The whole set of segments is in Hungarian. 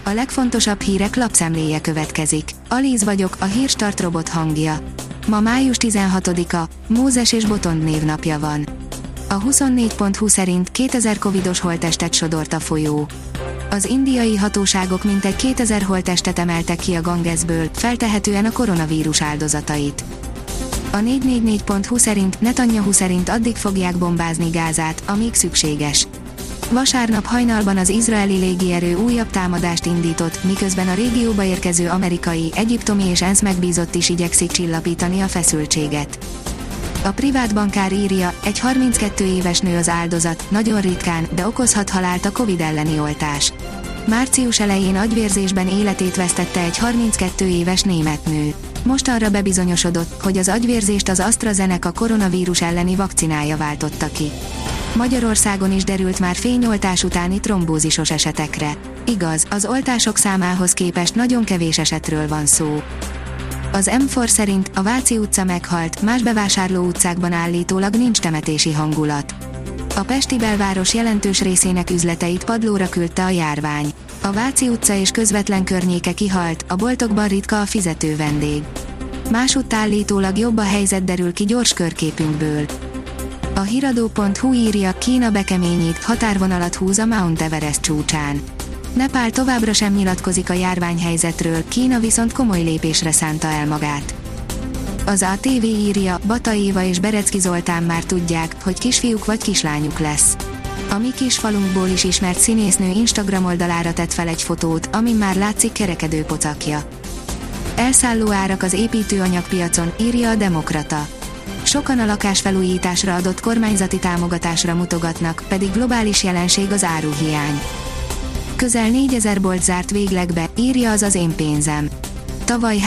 A legfontosabb hírek lapszemléje következik. Alíz vagyok, a Hírstart robot hangja. Ma május 16-a, Mózes és Botond névnapja van. A 24.20 szerint 2000 covidos holttestet sodort a folyó. Az indiai hatóságok mintegy 2000 holttestet emeltek ki a Gangesből, feltehetően a koronavírus áldozatait. A 444.hu szerint Netanyahu szerint addig fogják bombázni Gázát, amíg szükséges. Vasárnap hajnalban az izraeli légierő újabb támadást indított, miközben a régióba érkező amerikai, egyiptomi és ENSZ megbízott is igyekszik csillapítani a feszültséget. A privát bankár írja, egy 32 éves nő az áldozat, nagyon ritkán, de okozhat halált a Covid elleni oltás. Március elején agyvérzésben életét vesztette egy 32 éves német nő. Mostanra bebizonyosodott, hogy az agyvérzést az AstraZeneca koronavírus elleni vakcinája váltotta ki. Magyarországon is derült már fényoltás utáni trombózisos esetekre. Igaz, az oltások számához képest nagyon kevés esetről van szó. Az M4 szerint a Váci utca meghalt, más bevásárló utcákban állítólag nincs temetési hangulat. A pesti belváros jelentős részének üzleteit padlóra küldte a járvány. A Váci utca és közvetlen környéke kihalt, a boltokban ritka a fizető vendég. Másutt állítólag jobb a helyzet, derül ki gyors körképünkből. A hiradó.hu írja, Kína bekeményít, határvonalat húz a Mount Everest csúcsán. Nepál továbbra sem nyilatkozik a járványhelyzetről, Kína viszont komoly lépésre szánta el magát. Az ATV írja, Bata Éva és Berecki Zoltán már tudják, hogy kisfiúk vagy kislányuk lesz. A mi kis falunkból is ismert színésznő Instagram oldalára tett fel egy fotót, amin már látszik kerekedő pocakja. Elszálló árak az építőanyagpiacon, írja a Demokrata. Sokan a lakásfelújításra adott kormányzati támogatásra mutogatnak, pedig globális jelenség az áruhiány. Közel 4000 bolt zárt végleg be, írja az Én pénzem. Tavaly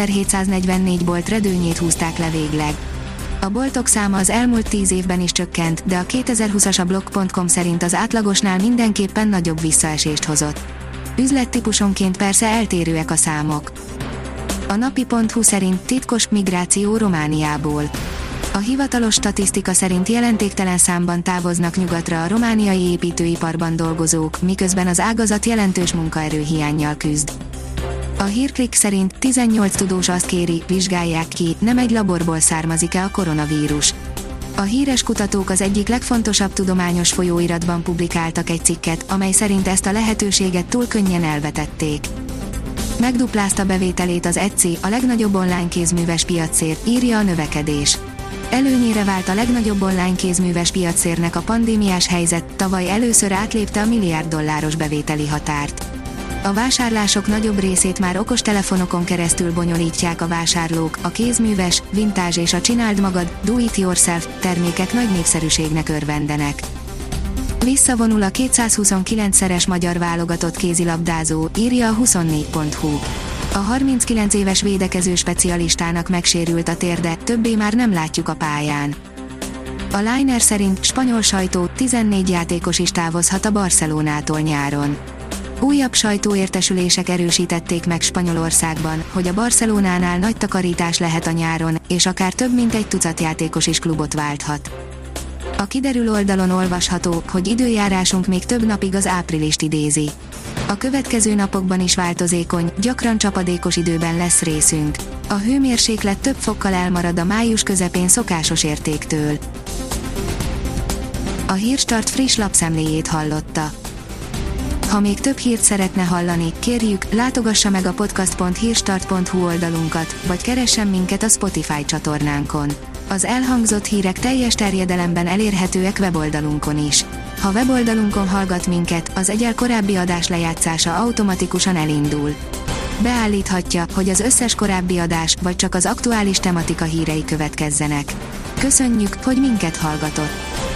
3744 bolt redőnyét húzták le végleg. A boltok száma az elmúlt 10 évben is csökkent, de a 2020-as a blog.com szerint az átlagosnál mindenképpen nagyobb visszaesést hozott. Üzlettípusonként persze eltérőek a számok. A napi.hu szerint titkos migráció Romániából. A hivatalos statisztika szerint jelentéktelen számban távoznak nyugatra a romániai építőiparban dolgozók, miközben az ágazat jelentős munkaerőhiánnyal küzd. A Hírklik szerint 18 tudós azt kéri, vizsgálják ki, nem egy laborból származik-e a koronavírus. A híres kutatók az egyik legfontosabb tudományos folyóiratban publikáltak egy cikket, amely szerint ezt a lehetőséget túl könnyen elvetették. Megduplázta bevételét az Etsy, a legnagyobb online kézműves piacér, írja a Növekedés. Előnyére vált a legnagyobb online kézműves piacérnek a pandémiás helyzet, tavaly először átlépte a $1 milliárd bevételi határt. A vásárlások nagyobb részét már okostelefonokon keresztül bonyolítják a vásárlók, a kézműves, vintage és a csináld magad, do it yourself termékek nagy népszerűségnek örvendenek. Visszavonul a 229-szeres magyar válogatott kézilabdázó, írja a 24.hu. A 39 éves védekező specialistának megsérült a térde, többé már nem látjuk a pályán. A Liner szerint spanyol sajtó 14 játékos is távozhat a Barcelonától nyáron. Újabb sajtóértesülések erősítették meg Spanyolországban, hogy a Barcelonánál nagy takarítás lehet a nyáron, és akár több mint egy tucat játékos is klubot válthat. A kiderül oldalon olvasható, hogy időjárásunk még több napig az áprilist idézi. A következő napokban is változékony, gyakran csapadékos időben lesz részünk. A hőmérséklet több fokkal elmarad a május közepén szokásos értéktől. A Hírstart friss lapszemléjét hallotta. Ha még több hírt szeretne hallani, kérjük, látogassa meg a podcast.hírstart.hu oldalunkat, vagy keressen minket a Spotify csatornánkon. Az elhangzott hírek teljes terjedelemben elérhetőek weboldalunkon is. Ha weboldalunkon hallgat minket, az egyel korábbi adás lejátszása automatikusan elindul. Beállíthatja, hogy az összes korábbi adás, vagy csak az aktuális tematika hírei következzenek. Köszönjük, hogy minket hallgatott!